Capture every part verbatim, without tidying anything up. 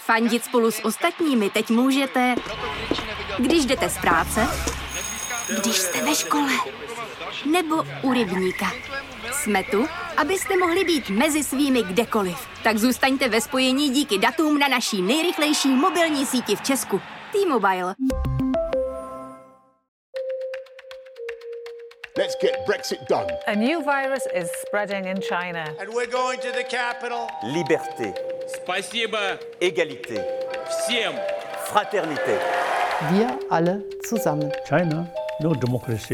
Fandit spolu s ostatními teď můžete, když jdete z práce, když jste ve škole, nebo u rybníka. Jsme tu, abyste mohli být mezi svými kdekoliv. Tak zůstaňte ve spojení díky datům na naší nejrychlejší mobilní síti v Česku. T-Mobile. Let's get Brexit done. A new virus is spreading in China. And we're going to the capital. Liberté. Спасибо. Égalité. Всем. Fraternité. Wir alle zusammen. China, no democracy.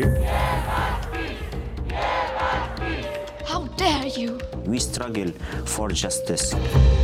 How dare you? We struggle for justice.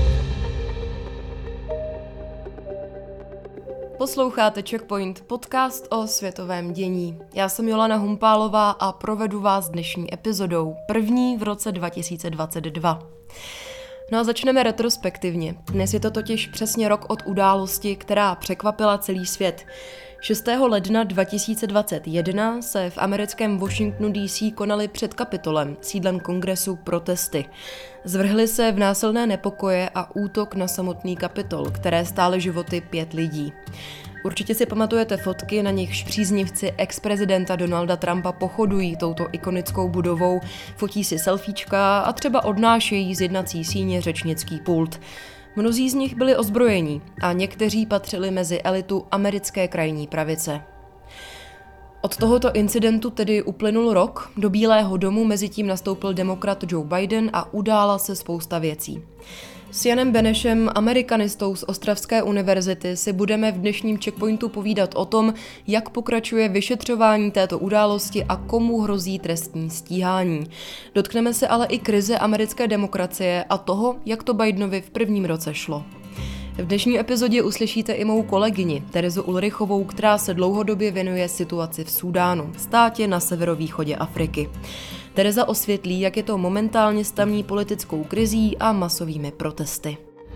Posloucháte Checkpoint, podcast o světovém dění. Já jsem Jolana Humpálová a provedu vás dnešní epizodou, první v roce dva tisíce dvacet dva. No a začneme retrospektivně. Dnes je to totiž přesně rok od události, která překvapila celý svět. šestého ledna dva tisíce dvacet jedna se v americkém Washingtonu D C konaly před Kapitolem, sídlem kongresu, protesty. Zvrhly se v násilné nepokoje a útok na samotný Kapitol, které stály životy pět lidí. Určitě si pamatujete fotky, na nichž příznivci ex-prezidenta Donalda Trumpa pochodují touto ikonickou budovou, fotí si selfiečka a třeba odnášejí z jednací síně řečnický pult. Mnozí z nich byli ozbrojení a někteří patřili mezi elitu americké krajní pravice. Od tohoto incidentu tedy uplynul rok, do Bílého domu mezitím nastoupil demokrat Joe Biden a udála se spousta věcí. S Janem Benešem, amerikanistou z Ostravské univerzity, si budeme v dnešním Checkpointu povídat o tom, jak pokračuje vyšetřování této události a komu hrozí trestní stíhání. Dotkneme se ale i krize americké demokracie a toho, jak to Bidenovi v prvním roce šlo. V dnešní epizodě uslyšíte i mou kolegyni, Terezu Ulrichovou, která se dlouhodobě věnuje situaci v Súdánu, státě na severovýchodě Afriky. Tereza osvětlí, jak je to momentálně s tamní politickou krizí a masovými protesty.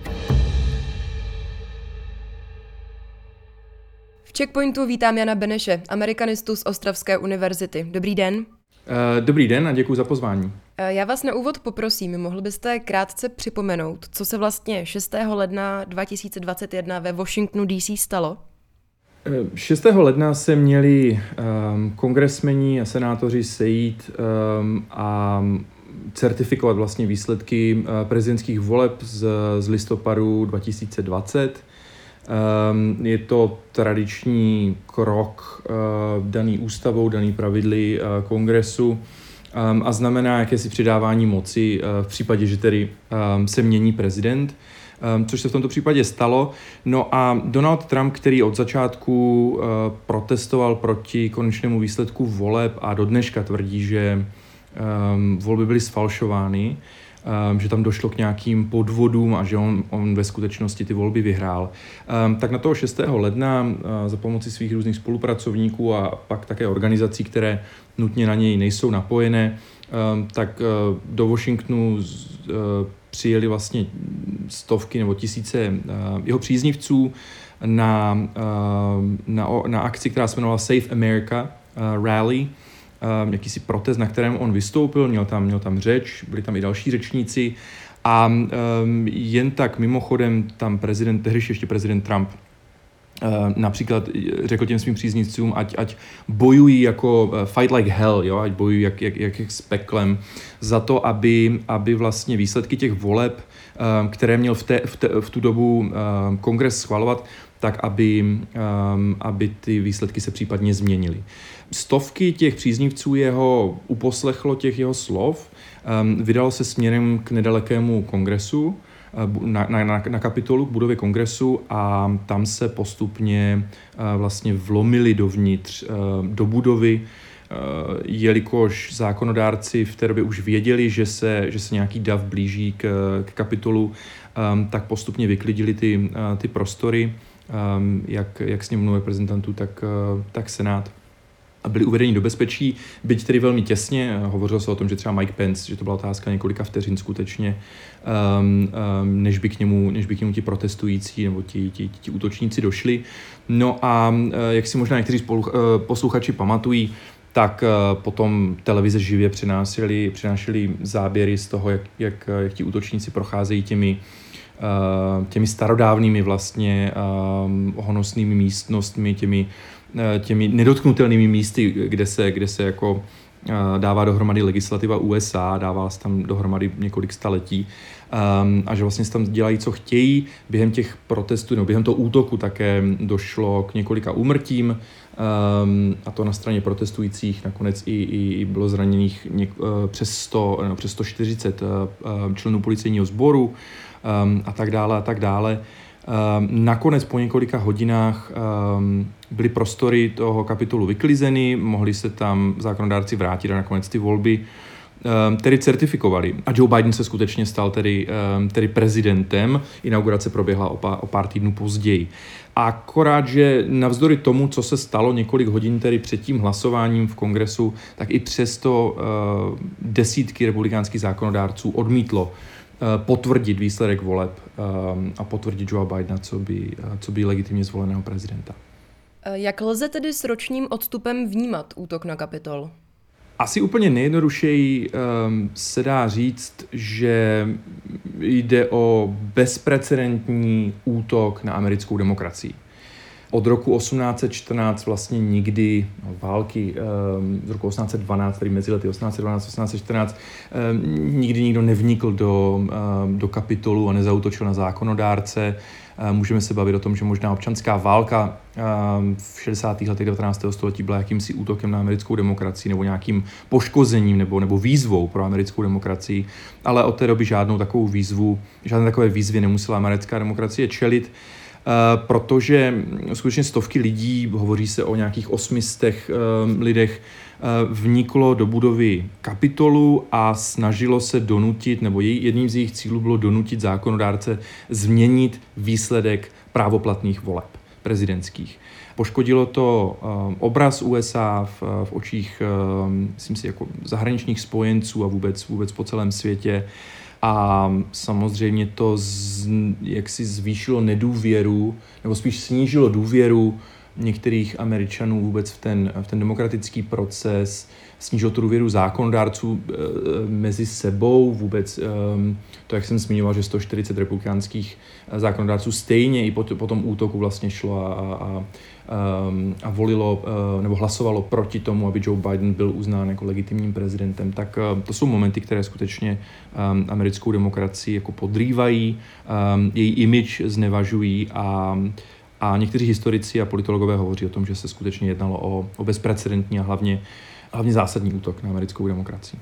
V Checkpointu vítám Jana Beneše, amerikanistu z Ostravské univerzity. Dobrý den. Dobrý den a děkuji za pozvání. Já vás na úvod poprosím, mohl byste krátce připomenout, co se vlastně šestého ledna dva tisíce dvacet jedna ve Washingtonu D C stalo? šestého ledna se měli um, kongresmeni a senátoři sejít um, a certifikovat vlastně výsledky uh, prezidentských voleb z, z listopadu dva tisíce dvacet. Um, je to tradiční krok uh, daný ústavou, daný pravidly uh, kongresu um, a znamená jakési předávání moci uh, v případě, že tedy um, se mění prezident. Um, což se v tomto případě stalo. No a Donald Trump, který od začátku uh, protestoval proti konečnému výsledku voleb a do dneška tvrdí, že um, volby byly sfalšovány, um, že tam došlo k nějakým podvodům a že on, on ve skutečnosti ty volby vyhrál. Um, tak na toho šestého ledna uh, za pomoci svých různých spolupracovníků a pak také organizací, které nutně na něj nejsou napojené, um, tak uh, do Washingtonu z, uh, přijeli vlastně stovky nebo tisíce uh, jeho příznivců na, uh, na, na akci, která se jmenovala Save America uh, Rally, uh, jakýsi protest, na kterém on vystoupil, měl tam, měl tam řeč, byli tam i další řečníci a um, jen tak mimochodem tam prezident, tehdy ještě prezident Trump, Uh, například řekl těm svým příznivcům, ať, ať bojují jako uh, fight like hell, jo? Ať bojují jak, jak, jak, jak s peklem za to, aby, aby vlastně výsledky těch voleb, uh, které měl v, té, v, té, v tu dobu uh, kongres schvalovat, tak aby, um, aby ty výsledky se případně změnily. Stovky těch příznivců jeho uposlechlo těch jeho slov, um, vydalo se směrem k nedalekému kongresu, Na, na, na Kapitolu, k budově kongresu a tam se postupně uh, vlastně vlomili dovnitř uh, do budovy, uh, jelikož zákonodárci v té době už věděli, že se, že se nějaký dav blíží k, k Kapitolu, um, tak postupně vyklidili ty, uh, ty prostory, um, jak, jak sněmovnu reprezentantů, tak, uh, tak senát. A byli uvedeni do bezpečí, byť tedy velmi těsně. Hovořilo se o tom, že třeba Mike Pence, že to byla otázka několika vteřin skutečně, um, um, než by k němu, než by k němu ti protestující nebo ti, ti, ti útočníci došli. No a uh, jak si možná někteří spolu, uh, posluchači pamatují, tak uh, potom televize živě přinášely, přinášely záběry z toho, jak, jak, jak ti útočníci procházejí těmi těmi starodávnými vlastně honosnými místnostmi, těmi, těmi nedotknutelnými místy, kde se, kde se jako dává dohromady legislativa U S A, dává se tam dohromady několik staletí um, a že vlastně se tam dělají, co chtějí. Během těch protestů, nebo během toho útoku také došlo k několika úmrtím um, a to na straně protestujících. Nakonec i, i, i bylo zraněných něk, uh, přes, sto, no, přes sto čtyřicet uh, členů policejního sboru um, a tak dále a tak dále. Um, nakonec po několika hodinách um, byly prostory toho Kapitolu vyklizeny, mohli se tam zákonodárci vrátit a nakonec ty volby um, tedy certifikovali. A Joe Biden se skutečně stal tedy, um, tedy prezidentem. Inaugurace proběhla o pár, o pár týdnů později. Akorát, že navzdory tomu, co se stalo několik hodin tedy před tím hlasováním v kongresu, tak i přesto uh, desítky republikánských zákonodárců odmítlo potvrdit výsledek voleb a potvrdit Joea Bidena, co by, co by legitimně zvoleného prezidenta. Jak lze tedy s ročním odstupem vnímat útok na Kapitol? Asi úplně nejjednodušeji um, se dá říct, že jde o bezprecedentní útok na americkou demokracii. Od roku osmnáct set čtrnáct vlastně nikdy no, války um, z roku osmnáct set dvanáct, tedy mezi lety osmnáct set dvanáct a osmnáct set čtrnáct, um, nikdy nikdo nevnikl do, um, do Kapitolu a nezaútočil na zákonodárce. Um, můžeme se bavit o tom, že možná občanská válka um, v šedesátých letech devatenáctého století byla jakýmsi útokem na americkou demokracii nebo nějakým poškozením nebo, nebo výzvou pro americkou demokracii, ale od té doby žádnou takovou výzvu, žádné takové výzvy nemusela americká demokracie čelit. Uh, protože skutečně stovky lidí, hovoří se o nějakých osmistech uh, lidech, uh, vniklo do budovy Kapitolu a snažilo se donutit, nebo jej, jedním z jejich cílů bylo donutit zákonodárce změnit výsledek právoplatných voleb prezidentských. Poškodilo to uh, obraz U S A v, v očích, uh, myslím si, jako zahraničních spojenců a vůbec, vůbec po celém světě. A samozřejmě to z, jaksi zvýšilo nedůvěru, nebo spíš snížilo důvěru některých Američanů vůbec v ten, v ten demokratický proces, snížilo tu důvěru zákonodárců e, mezi sebou, vůbec e, to, jak jsem zmiňoval, že sto čtyřicet republikánských zákonodárců stejně i po, po tom útoku vlastně šlo a, a, a volilo nebo hlasovalo proti tomu, aby Joe Biden byl uznán jako legitimním prezidentem, tak to jsou momenty, které skutečně americkou demokracii jako podrývají, její image znevažují a A někteří historici a politologové hovoří o tom, že se skutečně jednalo o, o bezprecedentní a hlavně, hlavně zásadní útok na americkou demokracii.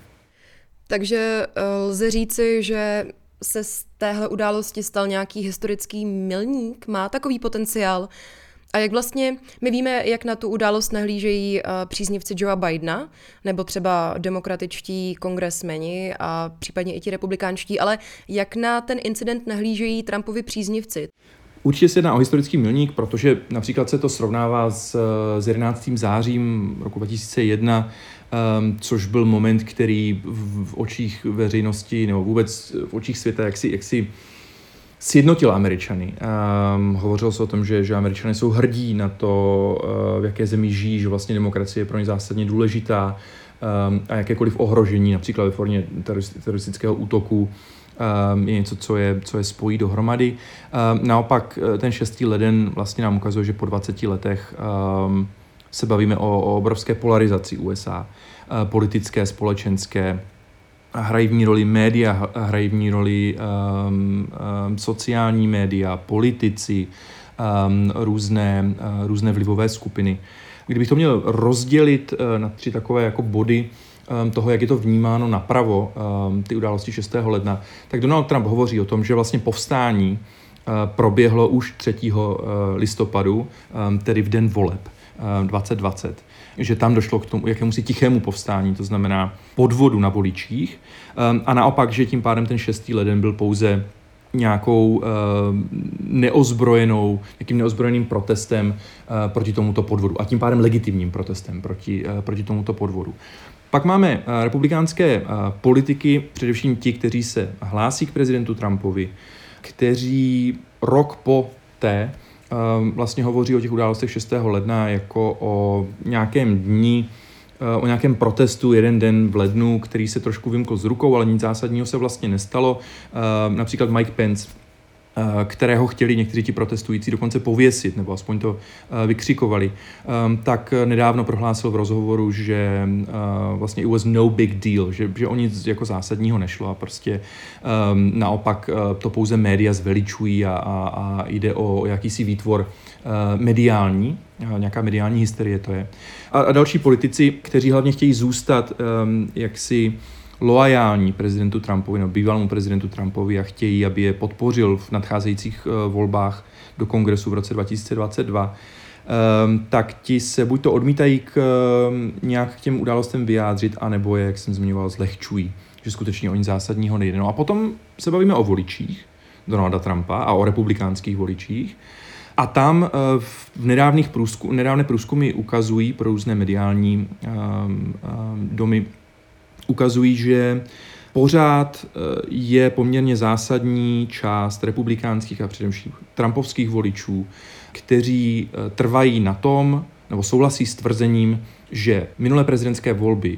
Takže lze říci, že se z téhle události stal nějaký historický milník? Má takový potenciál? A jak vlastně, my víme, jak na tu událost nahlížejí příznivci Joea Bidena, nebo třeba demokratičtí kongresmeni a případně i ti republikánští, ale jak na ten incident nahlížejí Trumpovi příznivci? Určitě se jedná o historický milník, protože například se to srovnává s, s jedenáctým zářím roku dva tisíce jedna, um, což byl moment, který v, v očích veřejnosti nebo vůbec v očích světa jaksi, jaksi sjednotil Američany. Um, hovořilo se o tom, že, že Američané jsou hrdí na to, uh, v jaké zemi žijí, že vlastně demokracie je pro ně zásadně důležitá um, a jakékoliv ohrožení, například ve formě teroristického útoku, je něco, co je, co je spojí dohromady. Naopak ten šestý leden vlastně nám ukazuje, že po dvaceti letech se bavíme o, o obrovské polarizaci U S A. Politické, společenské. Hrají v ní roli média, hrají v ní roli um, um, sociální média, politici, um, různé, uh, různé vlivové skupiny. Kdybych to měl rozdělit uh, na tři takové jako body toho, jak je to vnímáno napravo, ty události šestého ledna, tak Donald Trump hovoří o tom, že vlastně povstání proběhlo už třetího listopadu, tedy v den voleb dvacet dvacet. Že tam došlo k tomu jakémusi tichému povstání, to znamená podvodu na voličích, a naopak, že tím pádem ten šestý leden byl pouze nějakou uh, neozbrojenou, nějakým neozbrojeným protestem uh, proti tomuto podvodu a tím pádem legitimním protestem proti, uh, proti tomuto podvodu. Pak máme uh, republikánské uh, politiky, především ti, kteří se hlásí k prezidentu Trumpovi, kteří rok po té uh, vlastně hovoří o těch událostech šestého ledna jako o nějakém dni, o nějakém protestu jeden den v lednu, který se trošku vymkl z rukou, ale nic zásadního se vlastně nestalo. Například Mike Pence kterého chtěli někteří ti protestující dokonce pověsit, nebo aspoň to vykřikovali, tak nedávno prohlásil v rozhovoru, že vlastně it was no big deal, že, že o nic jako zásadního nešlo a prostě naopak to pouze média zveličují a, a, a jde o jakýsi výtvor mediální, nějaká mediální hysterie to je. A, a další politici, kteří hlavně chtějí zůstat jaksi loajální prezidentu Trumpovi, nebo bývalému prezidentu Trumpovi a chtějí, aby je podpořil v nadcházejících uh, volbách do kongresu v roce dva tisíce dvacet dva, um, tak ti se buď to odmítají k, um, nějak k těm událostem vyjádřit, anebo je, jak jsem zmiňoval, zlehčují, že skutečně o nic zásadního nejde. No a potom se bavíme o voličích Donalda Trumpa a o republikánských voličích. A tam uh, v nedávných průzku, nedávné průzkumy ukazují pro různé mediální um, um, domy ukazují, že pořád je poměrně zásadní část republikánských a především trumpovských voličů, kteří trvají na tom, nebo souhlasí s tvrzením, že minulé prezidentské volby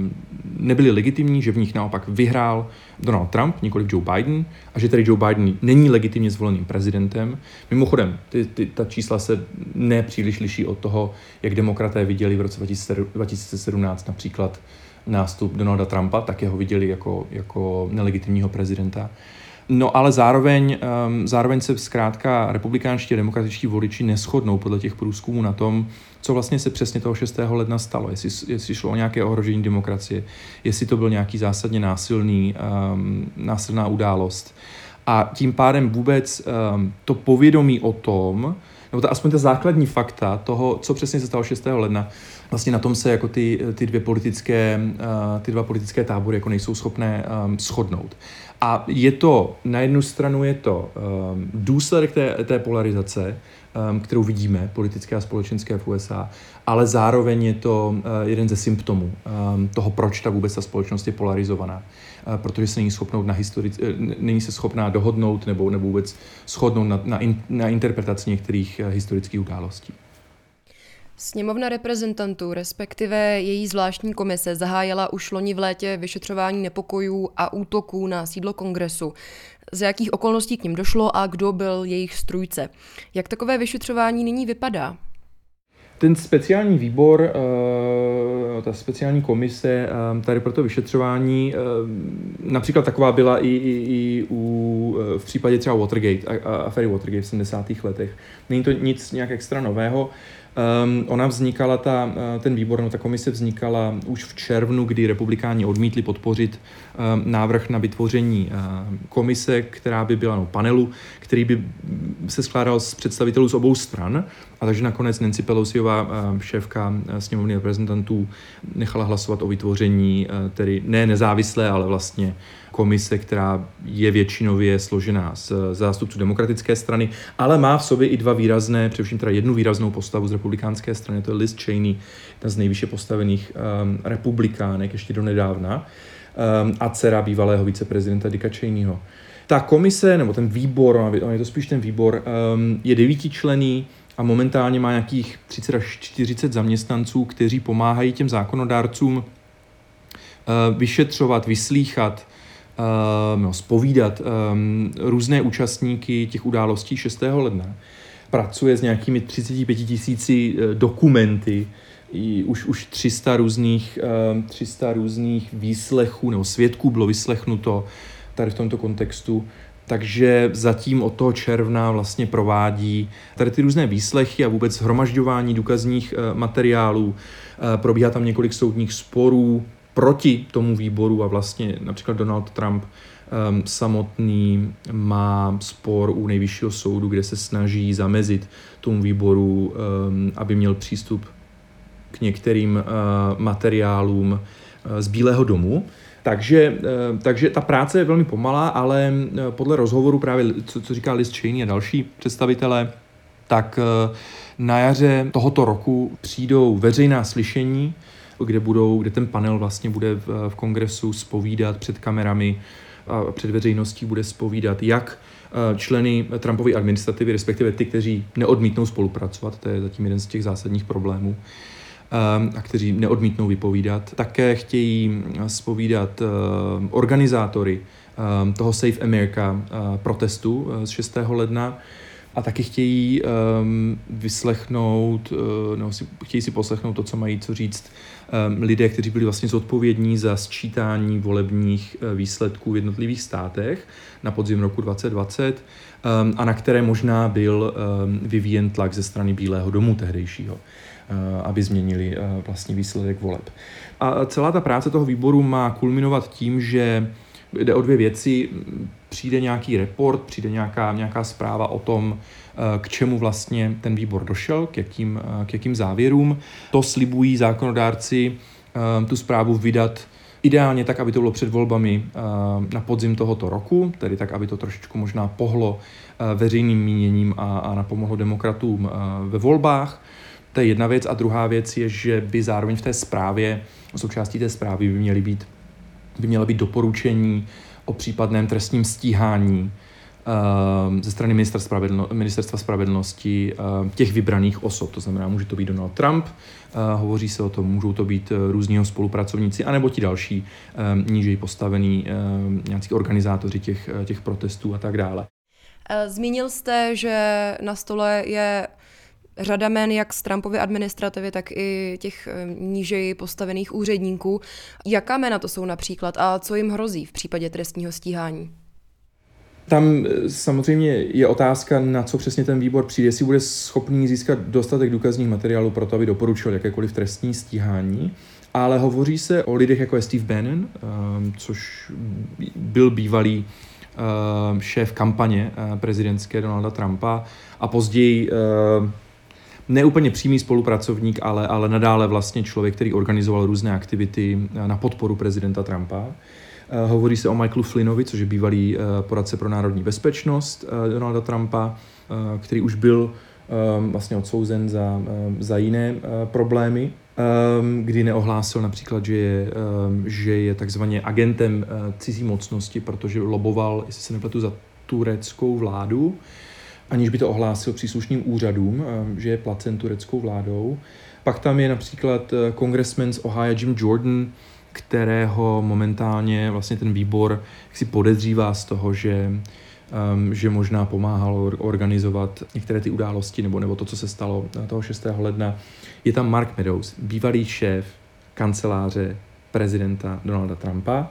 nebyly legitimní, že v nich naopak vyhrál Donald Trump, nikoliv Joe Biden, a že tedy Joe Biden není legitimně zvoleným prezidentem. Mimochodem, ty, ty, ta čísla se nepříliš liší od toho, jak demokraté viděli v roce dva tisíce sedmnáct například nástup Donalda Trumpa, tak ho viděli jako, jako nelegitimního prezidenta. No ale zároveň, um, zároveň se zkrátka republikánští a demokratičtí voliči neshodnou podle těch průzkumů na tom, co vlastně se přesně toho šestého ledna stalo. Jestli, jestli šlo o nějaké ohrožení demokracie, jestli to byl nějaký zásadně násilný, um, násilná událost. A tím pádem vůbec um, to povědomí o tom, nebo to, aspoň ta základní fakta toho, co přesně se stalo šestého ledna, vlastně na tom se jako ty, ty, dvě politické, uh, ty dva politické tábory jako nejsou schopné um, shodnout. A je to, na jednu stranu je to um, důsledek té, té polarizace, um, kterou vidíme, politické a společenské v U S A, ale zároveň je to uh, jeden ze symptomů um, toho, proč ta vůbec ta společnost je polarizovaná. Uh, protože se není, schopnout na historic, uh, není se schopná dohodnout nebo, nebo vůbec shodnout na, na, in, na interpretaci některých uh, historických událostí. Sněmovna reprezentantů, respektive její zvláštní komise, zahájila už loni v létě vyšetřování nepokojů a útoků na sídlo kongresu. Z jakých okolností k nim došlo a kdo byl jejich strůjce? Jak takové vyšetřování nyní vypadá? Ten speciální výbor, ta speciální komise tady pro to vyšetřování, například taková byla i, i, i u, v případě třeba Watergate, aféry Watergate v sedmdesátých letech. Není to nic nějak extra nového. Um, ona vznikala, ta, ten výbor, no, ta komise vznikala už v červnu, kdy republikáni odmítli podpořit um, návrh na vytvoření um, komise, která by byla, no, panelu, který by se skládal z představitelů z obou stran. A takže nakonec Nancy Pelosiová, um, šéfka sněmovny reprezentantů, nechala hlasovat o vytvoření uh, tedy ne nezávislé, ale vlastně komise, která je většinově složená z zástupců demokratické strany, ale má v sobě i dva výrazné, především teda jednu výraznou postavu z republikánské strany, to je Liz Cheney, jedna z nejvýše postavených um, republikánek ještě donedávna, um, a dcera bývalého viceprezidenta Dicka Cheneyho. Ta komise, nebo ten výbor, on je to spíš ten výbor, um, je devítičlenný a momentálně má nějakých třicet až čtyřicet zaměstnanců, kteří pomáhají těm zákonodárcům uh, vyšetřovat, vyslýchat, Uh, no, zpovídat um, různé účastníky těch událostí šestého ledna. Pracuje s nějakými třicet pět tisíci uh, dokumenty, i už, už tři sta různých, uh, tři sta různých výslechů nebo svědků bylo vyslechnuto tady v tomto kontextu. Takže zatím od toho června vlastně provádí tady ty různé výslechy a vůbec shromažďování důkazních uh, materiálů. Uh, probíhá tam několik soudních sporů proti tomu výboru a vlastně například Donald Trump um, samotný má spor u nejvyššího soudu, kde se snaží zamezit tomu výboru, um, aby měl přístup k některým uh, materiálům uh, z Bílého domu. Takže, uh, takže ta práce je velmi pomalá, ale uh, podle rozhovoru právě, co, co říká Liz Cheney a další představitelé, tak uh, na jaře tohoto roku přijdou veřejná slyšení, kde budou, kde ten panel vlastně bude v, v kongresu zpovídat před kamerami a před veřejností bude zpovídat jak členy Trumpovy administrativy, respektive ty, kteří neodmítnou spolupracovat, to je zatím jeden z těch zásadních problémů, a kteří neodmítnou vypovídat. Také chtějí zpovídat organizátory toho Save America protestu z šestého ledna. A taky chtějí um, vyslechnout, uh, no, si, chtějí si poslechnout to, co mají co říct um, lidé, kteří byli vlastně zodpovědní za sčítání volebních uh, výsledků v jednotlivých státech na podzim roku dvacet dvacet um, a na které možná byl um, vyvíjen tlak ze strany Bílého domu tehdejšího, uh, aby změnili uh, vlastní výsledek voleb. A celá ta práce toho výboru má kulminovat tím, že jde o dvě věci. Přijde nějaký report, přijde nějaká, nějaká zpráva o tom, k čemu vlastně ten výbor došel, k jakým, k jakým závěrům. To slibují zákonodárci tu zprávu vydat ideálně tak, aby to bylo před volbami na podzim tohoto roku, tedy tak, aby to trošičku možná pohlo veřejným míněním a, a napomohlo demokratům ve volbách. To je jedna věc. A druhá věc je, že by zároveň v té zprávě, součástí té zprávy by měly být by měla být doporučení o případném trestním stíhání uh, ze strany ministra spravedlno, ministerstva spravedlnosti uh, těch vybraných osob. To znamená, může to být Donald Trump, uh, hovoří se o tom, můžou to být uh, různí spolupracovníci, anebo ti další um, nížej postavení um, nějací organizátoři těch, uh, těch protestů a tak dále. Zmínil jste, že na stole je řada jmen jak z Trumpovy administrativy, tak i těch nížej postavených úředníků. Jaká jména to jsou například a co jim hrozí v případě trestního stíhání? Tam samozřejmě je otázka, na co přesně ten výbor přijde, jestli bude schopný získat dostatek důkazních materiálů pro to, aby doporučil jakékoliv trestní stíhání. Ale hovoří se o lidech jako je Steve Bannon, což byl bývalý šéf kampaně prezidentské Donalda Trumpa a později neúplně přímý spolupracovník, ale, ale nadále vlastně člověk, který organizoval různé aktivity na podporu prezidenta Trumpa. Hovoří se o Michaelu Flynnovi, což je bývalý poradce pro národní bezpečnost Donalda Trumpa, který už byl vlastně odsouzen za, za jiné problémy, kdy neohlásil například, že je, že je takzvaně agentem cizí mocnosti, protože loboval, jestli se nepletu, za tureckou vládu, aniž by to ohlásil příslušným úřadům, že je placen tureckou vládou. Pak tam je například kongresmen z Ohio Jim Jordan, kterého momentálně vlastně ten výbor si podezřívá z toho, že, um, že možná pomáhal organizovat některé ty události nebo, nebo to, co se stalo toho šestého ledna. Je tam Mark Meadows, bývalý šéf kanceláře prezidenta Donalda Trumpa,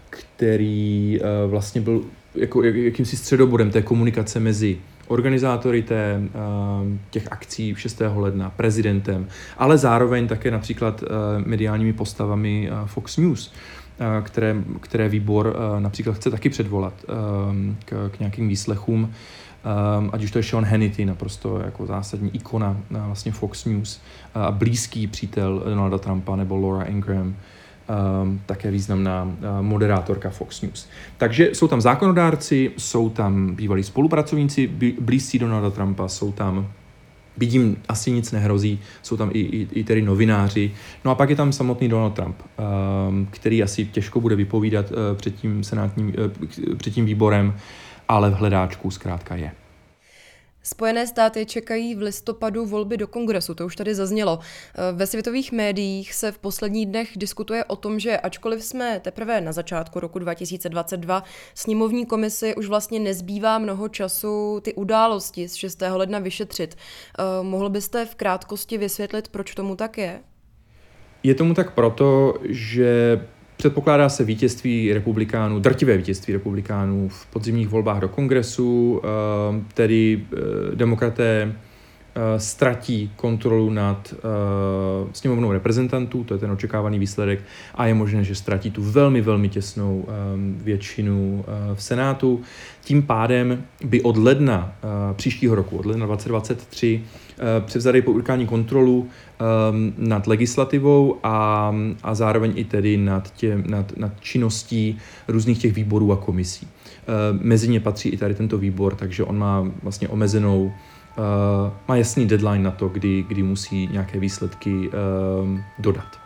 který uh, vlastně byl jako, jak, jakýmsi středobodem té komunikace mezi organizátory té, těch akcí šestého ledna, prezidentem, ale zároveň také například mediálními postavami Fox News, které, které výbor například chce taky předvolat k, k nějakým výslechům, ať už to je Sean Hannity, naprosto jako zásadní ikona vlastně Fox News a blízký přítel Donalda Trumpa, nebo Laura Ingraham, Um, také významná uh, moderátorka Fox News. Takže jsou tam zákonodárci, jsou tam bývalí spolupracovníci blízcí Donalda Trumpa, jsou tam, vidím, asi nic nehrozí, jsou tam i, i, i tedy novináři. No a pak je tam samotný Donald Trump, um, který asi těžko bude vypovídat uh, před tím senátním, uh, před tím výborem, ale v hledáčku zkrátka je. Spojené státy čekají v listopadu volby do kongresu, to už tady zaznělo. Ve světových médiích se v posledních dnech diskutuje o tom, že ačkoliv jsme teprve na začátku roku dva tisíce dvacet dva, sněmovní komisi už vlastně nezbývá mnoho času ty události z šestého ledna vyšetřit. Mohl byste v krátkosti vysvětlit, proč tomu tak je? Je tomu tak proto, že předpokládá se vítězství republikánů, drtivé vítězství republikánů v podzimních volbách do kongresu, tedy demokraté ztratí kontrolu nad sněmovnou reprezentantů, to je ten očekávaný výsledek, a je možné, že ztratí tu velmi, velmi těsnou většinu v Senátu. Tím pádem by od ledna příštího roku, od ledna dvacet dvacet tři, převzali republikáni kontrolu nad legislativou a, a zároveň i tedy nad, tě, nad, nad činností různých těch výborů a komisí. Mezi ně patří i tady tento výbor, takže on má vlastně omezenou Uh, má jasný deadline na to, kdy, kdy musí nějaké výsledky uh, dodat.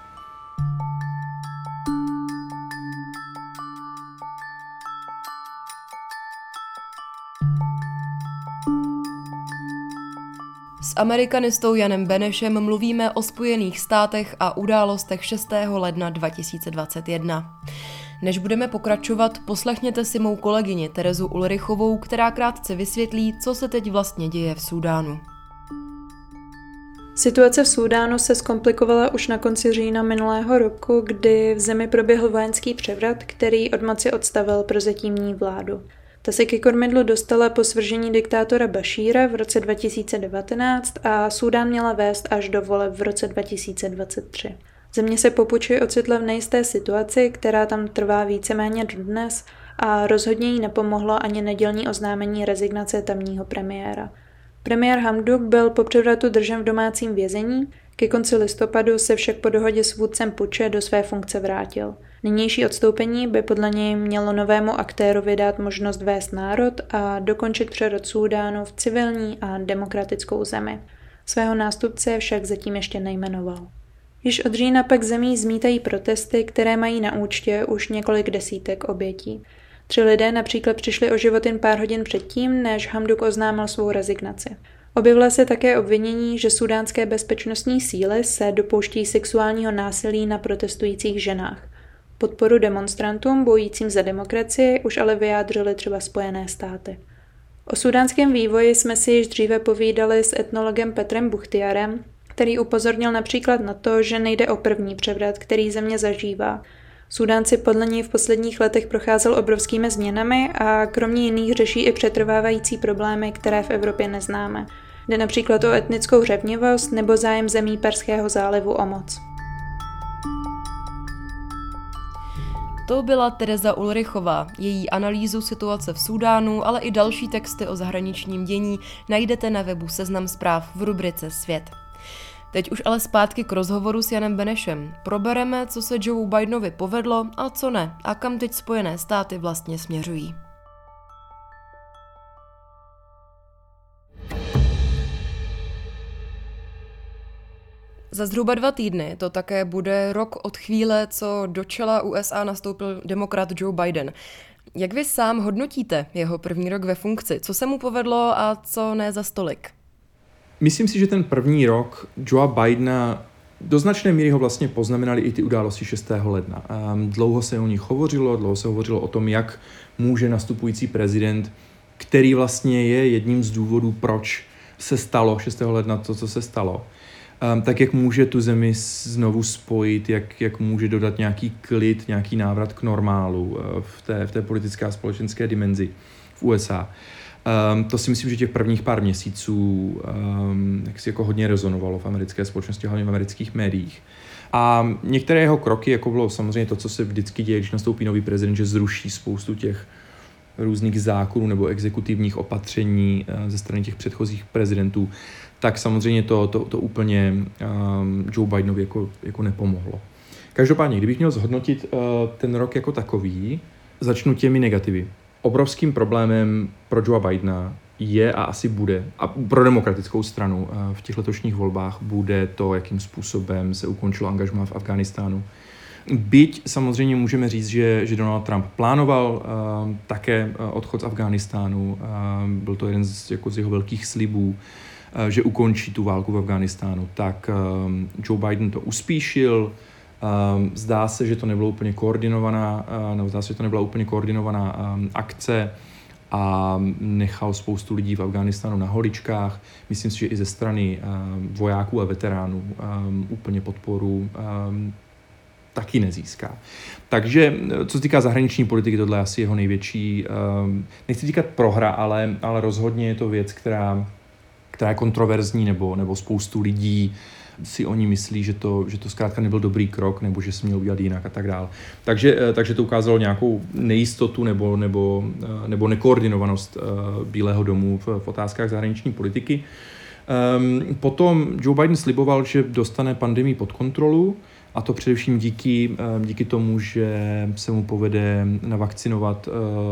S amerikanistou Janem Benešem mluvíme o Spojených státech a událostech šestého ledna dva tisíce dvacet jedna. Než budeme pokračovat, poslechněte si mou kolegyni Terezu Ulrichovou, která krátce vysvětlí, co se teď vlastně děje v Súdánu. Situace v Súdánu se zkomplikovala už na konci října minulého roku, kdy v zemi proběhl vojenský převrat, který od moci odstavil prozatímní vládu. Ta se ke kormidlu dostala po svržení diktátora Bašíra v roce dva tisíce devatenáct a Súdán měla vést až do voleb v roce dva tisíce dvacet tři. Země se po puči ocitla v nejisté situaci, která tam trvá víceméně dodnes a rozhodně jí nepomohlo ani nedělní oznámení rezignace tamního premiéra. Premiér Hamdok byl po převratu držen v domácím vězení, ke konci listopadu se však po dohodě s vůdcem puče do své funkce vrátil. Nynější odstoupení by podle něj mělo novému aktérovi dát možnost vést národ a dokončit přerod Súdánu v civilní a demokratickou zemi. Svého nástupce však zatím ještě nejmenoval. Již od října pak zemí zmítají protesty, které mají na účtě už několik desítek obětí. Tři lidé například přišli o život jen pár hodin předtím, než Hamdok oznámil svou rezignaci. Objevila se také obvinění, že súdánské bezpečnostní síly se dopouštějí sexuálního násilí na protestujících ženách. Podporu demonstrantům bojujícím za demokracii už ale vyjádřily třeba Spojené státy. O súdánském vývoji jsme si již dříve povídali s etnologem Petrem Buchtiarem, který upozornil například na to, že nejde o první převrat, který země zažívá. Súdánci podle něj v posledních letech procházel obrovskými změnami a kromě jiných řeší i přetrvávající problémy, které v Evropě neznáme. Jde například o etnickou řevnivost nebo zájem zemí Perského zálivu o moc. To byla Tereza Ulrichová. Její analýzu situace v Súdánu, ale i další texty o zahraničním dění najdete na webu Seznam zpráv v rubrice Svět. Teď už ale zpátky k rozhovoru s Janem Benešem. Probereme, co se Joe Bidenovi povedlo a co ne, a kam teď Spojené státy vlastně směřují. Za zhruba dva týdny to také bude rok od chvíle, co do čela U S A nastoupil demokrat Joe Biden. Jak vy sám hodnotíte jeho první rok ve funkci? Co se mu povedlo a co ne za stolik? Myslím si, že ten první rok Joea Bidena do značné míry ho vlastně poznamenali i ty události šestého ledna. Dlouho se o nich hovořilo, dlouho se hovořilo o tom, jak může nastupující prezident, který vlastně je jedním z důvodů, proč se stalo šestého ledna to, co se stalo, tak jak může tu zemi znovu spojit, jak, jak může dodat nějaký klid, nějaký návrat k normálu v té, v té politické a společenské dimenzi v U S A. Um, to si myslím, že těch prvních pár měsíců um, jak si jako hodně rezonovalo v americké společnosti, hlavně v amerických médiích. A některé jeho kroky, jako bylo samozřejmě to, co se vždycky děje, když nastoupí nový prezident, že zruší spoustu těch různých zákonů nebo exekutivních opatření uh, ze strany těch předchozích prezidentů, tak samozřejmě to, to, to úplně um, Joe Bidenovi jako, jako nepomohlo. Každopádně, kdybych měl zhodnotit uh, ten rok jako takový, začnu těmi negativy. Obrovským problémem pro Joea Bidena je a asi bude, a pro demokratickou stranu v těch letošních volbách bude to, jakým způsobem se ukončilo angažmá v Afghánistánu. Byť samozřejmě můžeme říct, že, že Donald Trump plánoval uh, také odchod z Afghánistánu, uh, byl to jeden z, jako z jeho velkých slibů, uh, že ukončí tu válku v Afghánistánu, tak uh, Joe Biden to uspíšil. Um, zdá se, že to nebylo úplně koordinovaná, uh, nebo zdá se, že to nebyla úplně koordinovaná um, akce a nechal spoustu lidí v Afghánistánu na holičkách. Myslím si, že i ze strany um, vojáků a veteránů um, úplně podporu um, taky nezíská. Takže, co se týká zahraniční politiky, tohle je asi jeho největší, um, nechci říkat prohra, ale, ale rozhodně je to věc, která, která je kontroverzní, nebo, nebo spoustu lidí si oni myslí, že to, že to zkrátka nebyl dobrý krok, nebo že se měl udělat jinak a tak dále. Takže, takže to ukázalo nějakou nejistotu nebo, nebo, nebo nekoordinovanost Bílého domu v, v otázkách zahraniční politiky. Um, potom Joe Biden sliboval, že dostane pandemii pod kontrolu, a to především díky, díky tomu, že se mu povede navakcinovat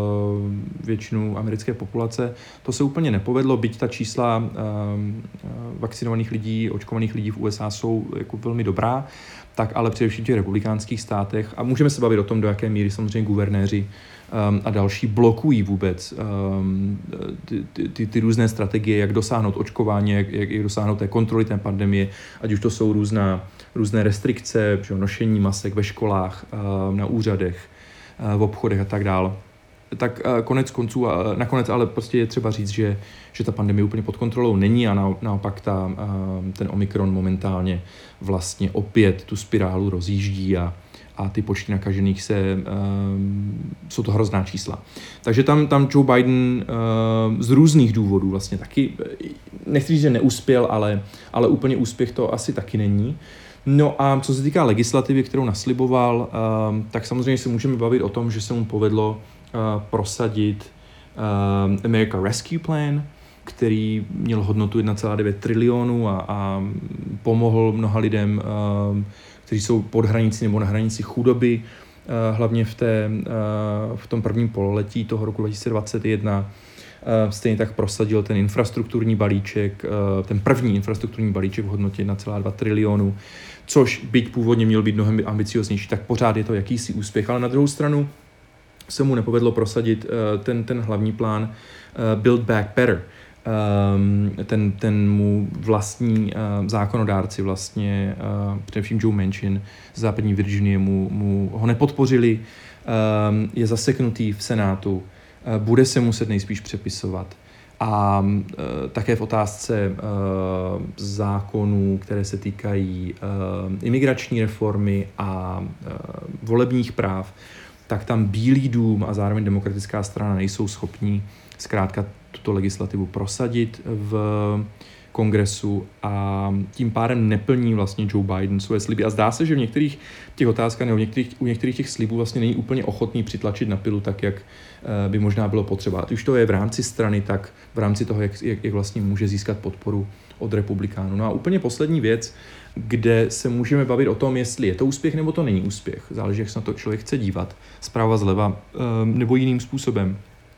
většinu americké populace. To se úplně nepovedlo, byť ta čísla vakcinovaných lidí, očkovaných lidí v U S A jsou jako velmi dobrá, tak ale především v těch republikánských státech. A můžeme se bavit o tom, do jaké míry samozřejmě guvernéři um, a další blokují vůbec um, ty, ty, ty, ty různé strategie, jak dosáhnout očkování, jak, jak dosáhnout té kontroly té pandemie, ať už to jsou různá, různé restrikce, že, nošení masek ve školách, um, na úřadech, v obchodech a tak dále. Tak konec konců, nakonec ale prostě je třeba říct, že, že ta pandemie úplně pod kontrolou není a naopak ta, ten Omikron momentálně vlastně opět tu spirálu rozjíždí a, a ty počty nakažených se, jsou to hrozná čísla. Takže tam, tam Joe Biden z různých důvodů vlastně taky, nechci říct, že neuspěl, ale, ale úplně úspěch to asi taky není. No a co se týká legislativy, kterou nasliboval, tak samozřejmě se můžeme bavit o tom, že se mu povedlo Uh, prosadit uh, America Rescue Plan, který měl hodnotu jedna celá devět trilionu a, a pomohl mnoha lidem, uh, kteří jsou pod hranicí nebo na hranici chudoby, uh, hlavně v, té, uh, v tom prvním pololetí toho roku dva tisíce dvacet jedna. Uh, stejně tak prosadil ten infrastrukturní balíček, uh, ten první infrastrukturní balíček v hodnotě jedna celá dva trilionu, což byť původně měl být mnohem ambicioznější, tak pořád je to jakýsi úspěch, ale na druhou stranu se mu nepovedlo prosadit uh, ten, ten hlavní plán uh, Build Back Better. Um, ten, ten mu vlastní uh, zákonodárci, vlastně uh, především Joe Manchin z západní Virginie mu, mu ho nepodpořili, um, je zaseknutý v Senátu, uh, bude se muset nejspíš přepisovat. A uh, také v otázce uh, zákonů, které se týkají uh, imigrační reformy a uh, volebních práv, tak tam Bílý dům a zároveň demokratická strana nejsou schopní zkrátka tuto legislativu prosadit v kongresu a tím pádem neplní vlastně Joe Biden svoje sliby. A zdá se, že v některých těch otázkách nebo v některých, u některých těch slibů vlastně není úplně ochotný přitlačit na pilu tak, jak by možná bylo potřeba. Ať už to je v rámci strany, tak v rámci toho, jak, jak, jak vlastně může získat podporu od republikánů. No a úplně poslední věc, kde se můžeme bavit o tom, jestli je to úspěch nebo to není úspěch. Záleží, jak se na to člověk chce dívat, zprava, zleva nebo jiným způsobem,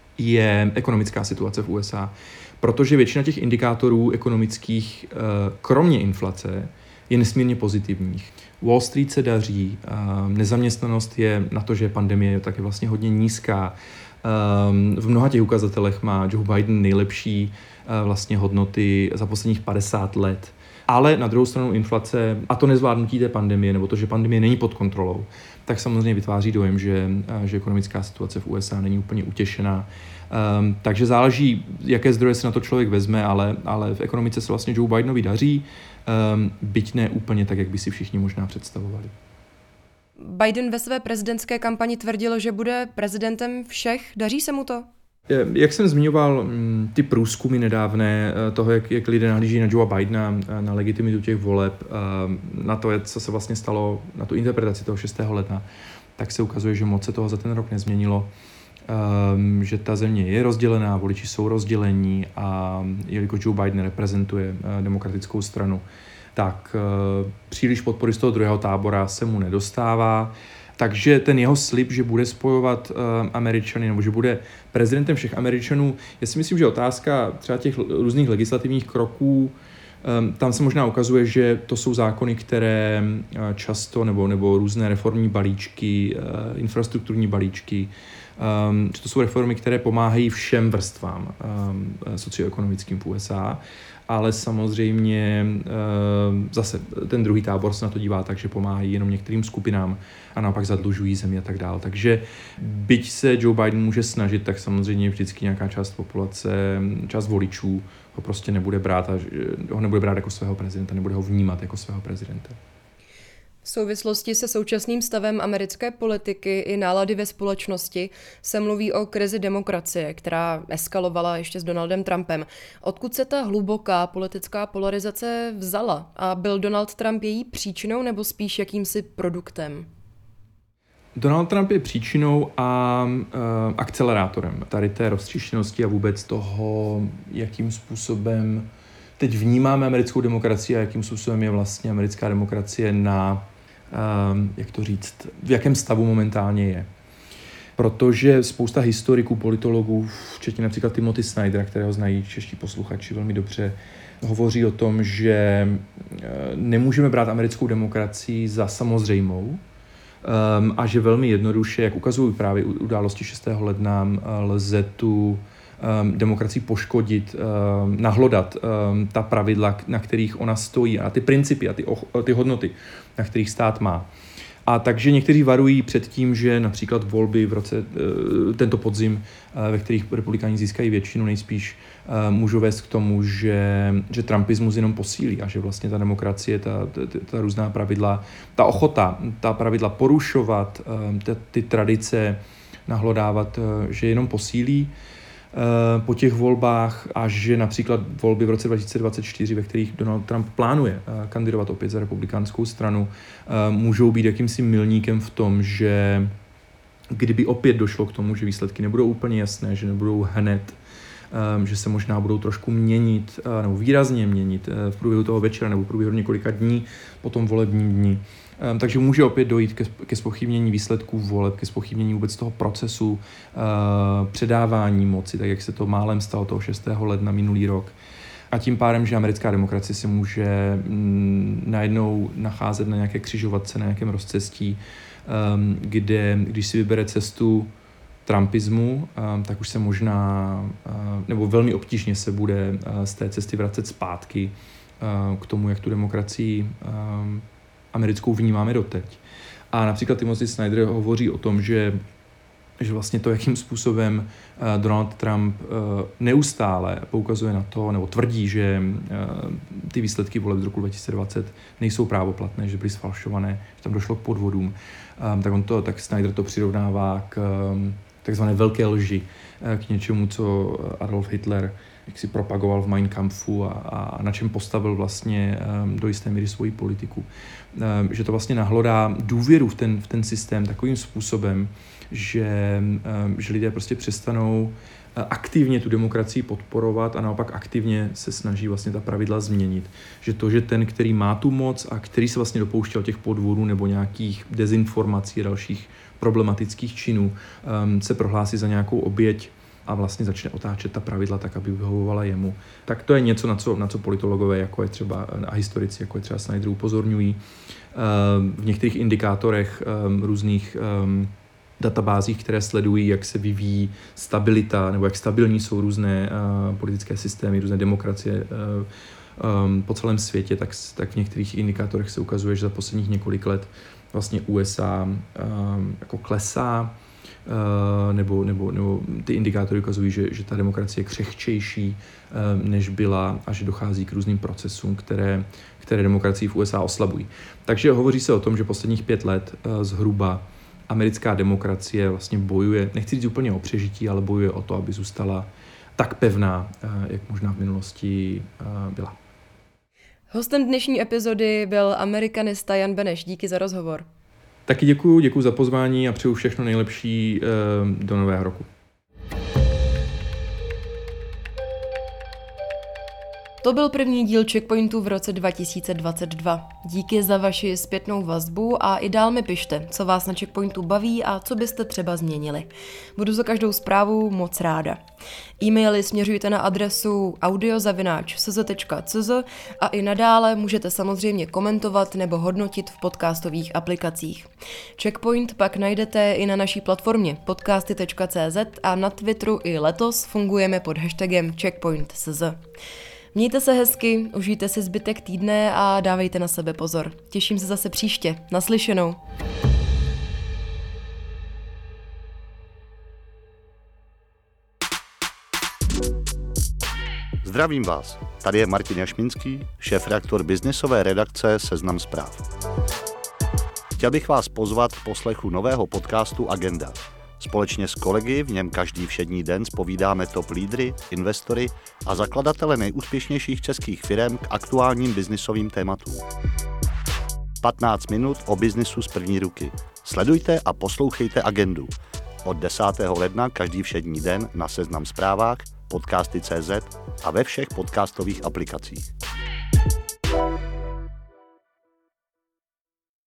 je ekonomická situace v U S A. Protože většina těch indikátorů ekonomických, kromě inflace, je nesmírně pozitivních. Wall Street se daří, nezaměstnanost je na to, že pandemie je taky vlastně hodně nízká. V mnoha těch ukazatelech má Joe Biden nejlepší vlastně hodnoty za posledních padesát let. Ale na druhou stranu inflace a to nezvládnutí té pandemie, nebo to, že pandemie není pod kontrolou, tak samozřejmě vytváří dojem, že, že ekonomická situace v U S A není úplně utěšená. Um, takže záleží, jaké zdroje se na to člověk vezme, ale, ale v ekonomice se vlastně Joe Bidenovi daří, um, byť ne úplně tak, jak by si všichni možná představovali. Biden ve své prezidentské kampani tvrdil, že bude prezidentem všech. Daří se mu to? Jak jsem zmiňoval, ty průzkumy nedávné toho, jak, jak lidé nahlíží na Joea Bidena, na legitimitu těch voleb, na to, co se vlastně stalo, na tu interpretaci toho šestého ledna, tak se ukazuje, že moc se toho za ten rok nezměnilo, že ta země je rozdělená, voliči jsou rozdělení a jelikož Joe Biden reprezentuje demokratickou stranu, tak příliš podpory z toho druhého tábora se mu nedostává. Takže ten jeho slib, že bude spojovat uh, Američany, nebo že bude prezidentem všech Američanů, já si myslím, že otázka třeba těch různých legislativních kroků, um, tam se možná ukazuje, že to jsou zákony, které uh, často, nebo, nebo různé reformní balíčky, uh, infrastrukturní balíčky, um, že to jsou reformy, které pomáhají všem vrstvám um, socioekonomickým v U S A, ale samozřejmě zase ten druhý tábor se na to dívá tak, že pomáhají jenom některým skupinám a naopak zadlužují zemi a tak dále. Takže byť se Joe Biden může snažit, tak samozřejmě vždycky nějaká část populace, část voličů ho prostě nebude brát a ho nebude brát jako svého prezidenta, nebude ho vnímat jako svého prezidenta. V souvislosti se současným stavem americké politiky i nálady ve společnosti se mluví o krizi demokracie, která eskalovala ještě s Donaldem Trumpem. Odkud se ta hluboká politická polarizace vzala? A byl Donald Trump její příčinou nebo spíš jakýmsi produktem? Donald Trump je příčinou a uh, akcelerátorem tady té roztříštěnosti a vůbec toho, jakým způsobem teď vnímáme americkou demokracii a jakým způsobem je vlastně americká demokracie na, um, jak to říct, v jakém stavu momentálně je. Protože spousta historiků, politologů, včetně například Timothy Snydera, kterého znají čeští posluchači velmi dobře, hovoří o tom, že nemůžeme brát americkou demokracii za samozřejmou um, a že velmi jednoduše, jak ukazují právě události šestého ledna, lze tu Um, demokracii poškodit, um, nahlodat um, ta pravidla, na kterých ona stojí a ty principy a ty, ty hodnoty, na kterých stát má. A takže někteří varují před tím, že například volby v roce, tento podzim, ve kterých republikáni získají většinu, nejspíš můžou vést k tomu, že, že trumpismus jenom posílí a že vlastně ta demokracie, ta, ta, ta různá pravidla, ta ochota, ta pravidla porušovat, ta, ty tradice nahlodávat, že jenom posílí po těch volbách a že například volby v roce dva tisíce dvacet čtyři, ve kterých Donald Trump plánuje kandidovat opět za republikánskou stranu, můžou být jakýmsi milníkem v tom, že kdyby opět došlo k tomu, že výsledky nebudou úplně jasné, že nebudou hned, že se možná budou trošku měnit nebo výrazně měnit v průběhu toho večera nebo v průběhu několika dní po tom volebním dni. Takže může opět dojít ke, ke zpochybnění výsledků voleb, ke zpochybnění vůbec toho procesu uh, předávání moci, tak jak se to málem stalo toho šestého ledna minulý rok. A tím pádem, že americká demokracie se může mm, najednou nacházet na nějaké křižovatce, na nějakém rozcestí, um, kde, když si vybere cestu trumpismu, um, tak už se možná, uh, nebo velmi obtížně se bude uh, z té cesty vracet zpátky uh, k tomu, jak tu demokracii um, americkou vnímáme doteď. A například Timothy Snyder hovoří o tom, že, že vlastně to, jakým způsobem uh, Donald Trump uh, neustále poukazuje na to, nebo tvrdí, že uh, ty výsledky voleb z roku dva tisíce dvacet nejsou právoplatné, že byly sfalšované, že tam došlo k podvodům, um, tak on to, tak Snyder to přirovnává k um, takzvané velké lži, uh, k něčemu, co Adolf Hitler jak si propagoval v Mein Kampfu a, a na čem postavil vlastně um, do jisté míry svoji politiku. Um, že to vlastně nahlodá důvěru v ten, v ten systém takovým způsobem, že, um, že lidé prostě přestanou uh, aktivně tu demokracii podporovat a naopak aktivně se snaží vlastně ta pravidla změnit. Že to, že ten, který má tu moc a který se vlastně dopouštěl těch podvodů nebo nějakých dezinformací a dalších problematických činů, um, se prohlásí za nějakou oběť a vlastně začne otáčet ta pravidla tak, aby vyhovovala jemu. Tak to je něco, na co, na co politologové jako je třeba, a historici, jako je třeba Snyder, upozorňují. V některých indikátorech různých databázích, které sledují, jak se vyvíjí stabilita, nebo jak stabilní jsou různé politické systémy, různé demokracie po celém světě, tak, tak v některých indikátorech se ukazuje, že za posledních několik let vlastně U S A jako klesá, Uh, nebo, nebo, nebo ty indikátory ukazují, že, že ta demokracie je křehčejší, uh, než byla a že dochází k různým procesům, které, které demokracii v U S A oslabují. Takže hovoří se o tom, že posledních pět let uh, zhruba americká demokracie vlastně bojuje, nechci říct úplně o přežití, ale bojuje o to, aby zůstala tak pevná, uh, jak možná v minulosti uh, byla. Hostem dnešní epizody byl amerikanista Jan Beneš. Díky za rozhovor. Taky děkuju, děkuju za pozvání a přeju všechno nejlepší do nového roku. To byl první díl Checkpointu v roce dva tisíce dvacet dva. Díky za vaši zpětnou vazbu a i dál mi pište, co vás na Checkpointu baví a co byste třeba změnili. Budu za každou zprávu moc ráda. E-maily směřujte na adresu audio zavináč c z tečka c z a i nadále můžete samozřejmě komentovat nebo hodnotit v podcastových aplikacích. Checkpoint pak najdete i na naší platformě podcasty tečka c z a na Twitteru i letos fungujeme pod hashtagem checkpoint tečka c z. Mějte se hezky, užijte si zbytek týdne a dávejte na sebe pozor. Těším se zase příště. Naslyšenou. Zdravím vás. Tady je Martin Jašminský, šéfredaktor biznisové redakce Seznam Zpráv. Chtěl bych vás pozvat k poslechu nového podcastu Agenda. Společně s kolegy v něm každý všední den zpovídáme top lídry, investory a zakladatele nejúspěšnějších českých firem k aktuálním biznisovým tématům. patnáct minut o biznisu z první ruky. Sledujte a poslouchejte Agendu. Od desátého ledna každý všední den na Seznam Zprávách, podcasty tečka cé zet a ve všech podcastových aplikacích.